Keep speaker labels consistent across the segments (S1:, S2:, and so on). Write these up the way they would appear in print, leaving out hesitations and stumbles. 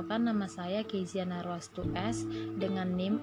S1: Perkenalkan, nama saya Keiziana Narwastu S dengan NIM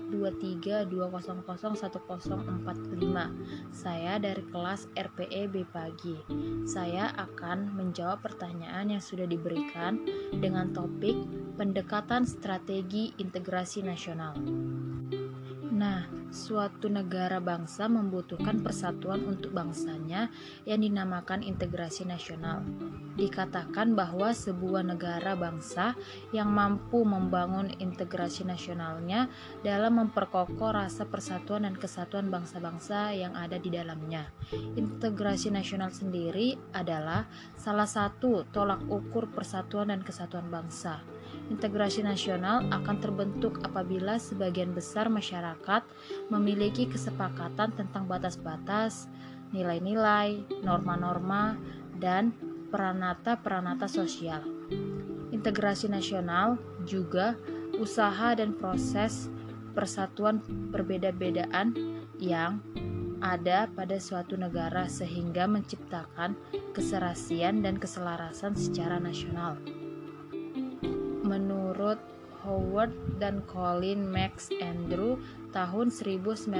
S1: 42320010145. Saya dari kelas RPE B Pagi. Saya akan menjawab pertanyaan yang sudah diberikan dengan topik pendekatan strategi integrasi nasional. Nah, suatu negara bangsa membutuhkan persatuan untuk bangsanya yang dinamakan integrasi nasional. Dikatakan bahwa sebuah negara bangsa yang mampu membangun integrasi nasionalnya dalam memperkokoh rasa persatuan dan kesatuan bangsa-bangsa yang ada di dalamnya. Integrasi nasional sendiri adalah salah satu tolak ukur persatuan dan kesatuan bangsa. Integrasi nasional akan terbentuk apabila sebagian besar masyarakat memiliki kesepakatan tentang batas-batas, nilai-nilai, norma-norma, dan peranata-peranata sosial. Integrasi nasional juga usaha dan proses persatuan perbeda-bedaan yang ada pada suatu negara sehingga menciptakan keserasian dan keselarasan secara nasional. Menurut Howard dan Colin Max Andrew tahun 1995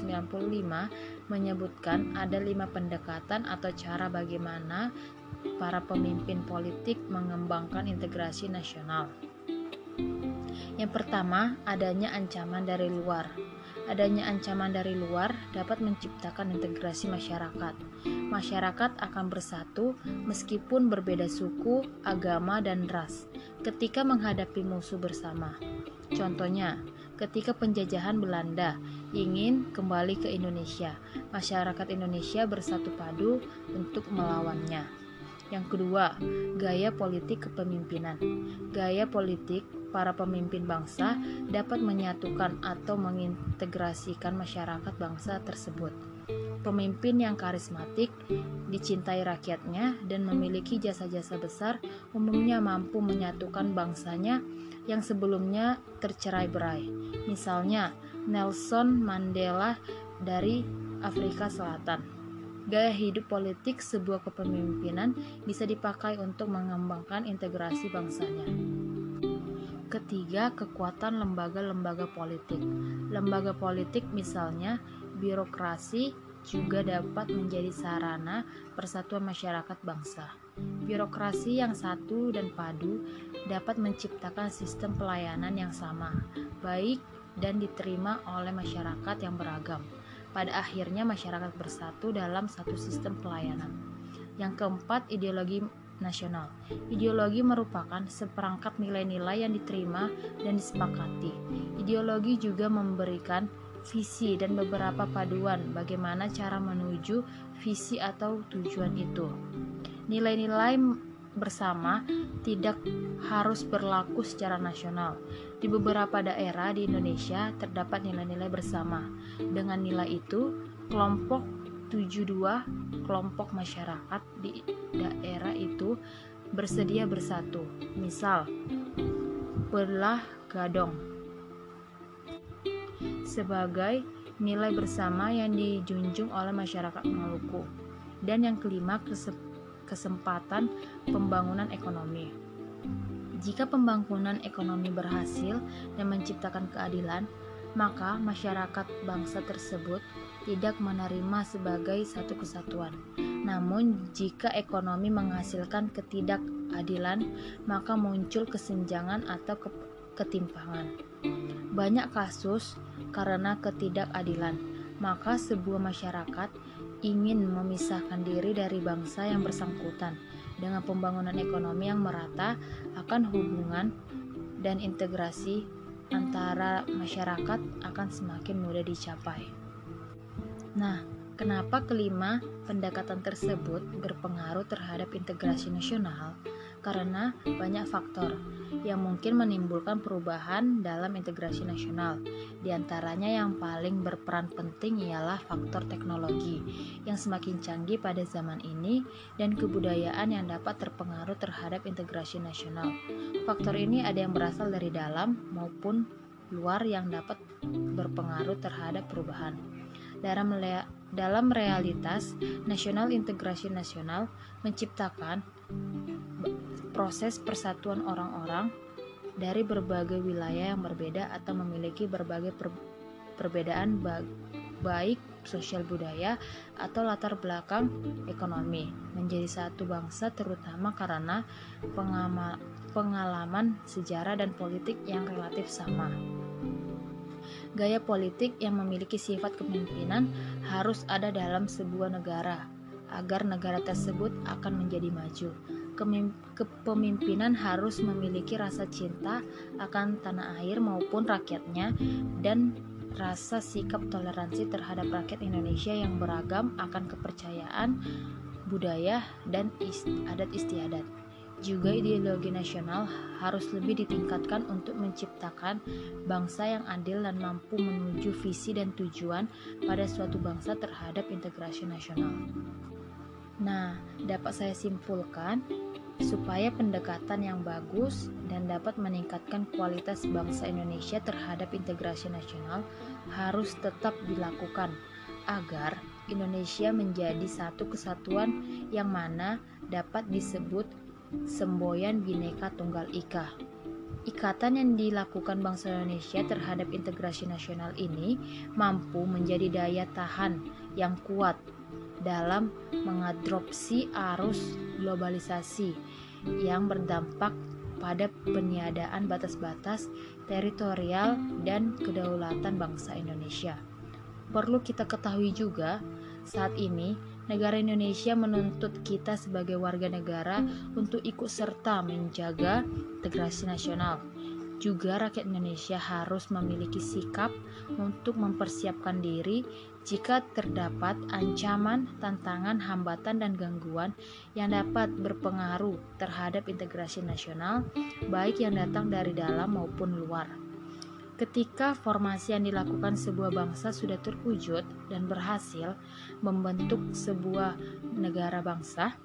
S1: menyebutkan ada 5 pendekatan atau cara bagaimana para pemimpin politik mengembangkan integrasi nasional. Yang pertama, adanya ancaman dari luar. Adanya ancaman dari luar dapat menciptakan integrasi masyarakat. Masyarakat akan bersatu meskipun berbeda suku, agama, dan ras ketika menghadapi musuh bersama. Contohnya, ketika penjajahan Belanda ingin kembali ke Indonesia, masyarakat Indonesia bersatu padu untuk melawannya. Yang kedua, gaya politik kepemimpinan. Gaya politik para pemimpin bangsa dapat menyatukan atau mengintegrasikan masyarakat bangsa tersebut. Pemimpin yang karismatik, dicintai rakyatnya, dan memiliki jasa-jasa besar umumnya mampu menyatukan bangsanya yang sebelumnya tercerai-berai. Misalnya, Nelson Mandela dari Afrika Selatan. Gaya hidup politik sebuah kepemimpinan bisa dipakai untuk mengembangkan integrasi bangsanya. Ketiga, kekuatan lembaga-lembaga politik. Lembaga politik misalnya birokrasi juga dapat menjadi sarana persatuan masyarakat bangsa. Birokrasi yang satu dan padu dapat menciptakan sistem pelayanan yang sama, baik dan diterima oleh masyarakat yang beragam. Pada akhirnya masyarakat bersatu dalam satu sistem pelayanan. Yang keempat, ideologi nasional. Ideologi merupakan seperangkat nilai-nilai yang diterima dan disepakati. Ideologi juga memberikan visi dan beberapa paduan bagaimana cara menuju visi atau tujuan itu. Nilai-nilai bersama tidak harus berlaku secara nasional. Di beberapa daerah di Indonesia terdapat nilai-nilai bersama. Dengan nilai itu, kelompok 72 kelompok masyarakat di daerah itu bersedia bersatu. Misal, belah gadong sebagai nilai bersama yang dijunjung oleh masyarakat Maluku. Dan yang kelima, kesempatan pembangunan ekonomi. Jika pembangunan ekonomi berhasil dan menciptakan keadilan, maka masyarakat bangsa tersebut tidak menerima sebagai satu kesatuan. Namun, jika ekonomi menghasilkan ketidakadilan, maka muncul kesenjangan atau ketimpangan. Banyak kasus karena ketidakadilan, maka sebuah masyarakat ingin memisahkan diri dari bangsa yang bersangkutan. Dengan pembangunan ekonomi yang merata, akan hubungan dan integrasi antara masyarakat akan semakin mudah dicapai. Nah, kenapa kelima pendekatan tersebut berpengaruh terhadap integrasi nasional? Karena banyak faktor yang mungkin menimbulkan perubahan dalam integrasi nasional. Di antaranya yang paling berperan penting ialah faktor teknologi yang semakin canggih pada zaman ini dan kebudayaan yang dapat terpengaruh terhadap integrasi nasional. Faktor ini ada yang berasal dari dalam maupun luar yang dapat berpengaruh terhadap perubahan. Dalam realitas, nasional integrasi nasional menciptakan proses persatuan orang-orang dari berbagai wilayah yang berbeda atau memiliki berbagai perbedaan baik sosial budaya atau latar belakang ekonomi menjadi satu bangsa, terutama karena pengalaman sejarah dan politik yang relatif sama. Gaya politik yang memiliki sifat kepemimpinan harus ada dalam sebuah negara agar negara tersebut akan menjadi maju. Kepemimpinan harus memiliki rasa cinta akan tanah air maupun rakyatnya dan rasa sikap toleransi terhadap rakyat Indonesia yang beragam akan kepercayaan, budaya, dan adat istiadat. Juga ideologi nasional harus lebih ditingkatkan untuk menciptakan bangsa yang adil dan mampu menuju visi dan tujuan pada suatu bangsa terhadap integrasi nasional. Nah, dapat saya simpulkan, supaya pendekatan yang bagus dan dapat meningkatkan kualitas bangsa Indonesia terhadap integrasi nasional harus tetap dilakukan agar Indonesia menjadi satu kesatuan yang mana dapat disebut semboyan Bhinneka Tunggal Ika. Ikatan yang dilakukan bangsa Indonesia terhadap integrasi nasional ini mampu menjadi daya tahan yang kuat dalam mengadopsi arus globalisasi yang berdampak pada peniadaan batas-batas teritorial dan kedaulatan bangsa Indonesia. Perlu kita ketahui juga, saat ini negara Indonesia menuntut kita sebagai warga negara untuk ikut serta menjaga integrasi nasional. Juga rakyat Indonesia harus memiliki sikap untuk mempersiapkan diri jika terdapat ancaman, tantangan, hambatan, dan gangguan yang dapat berpengaruh terhadap integrasi nasional, baik yang datang dari dalam maupun luar. Ketika formasi yang dilakukan sebuah bangsa sudah terwujud dan berhasil membentuk sebuah negara bangsa,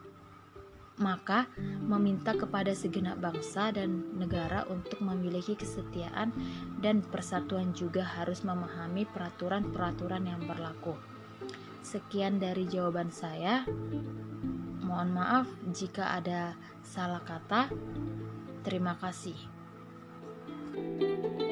S1: maka meminta kepada segenap bangsa dan negara untuk memiliki kesetiaan dan persatuan juga harus memahami peraturan-peraturan yang berlaku. Sekian dari jawaban saya. Mohon maaf jika ada salah kata. Terima kasih.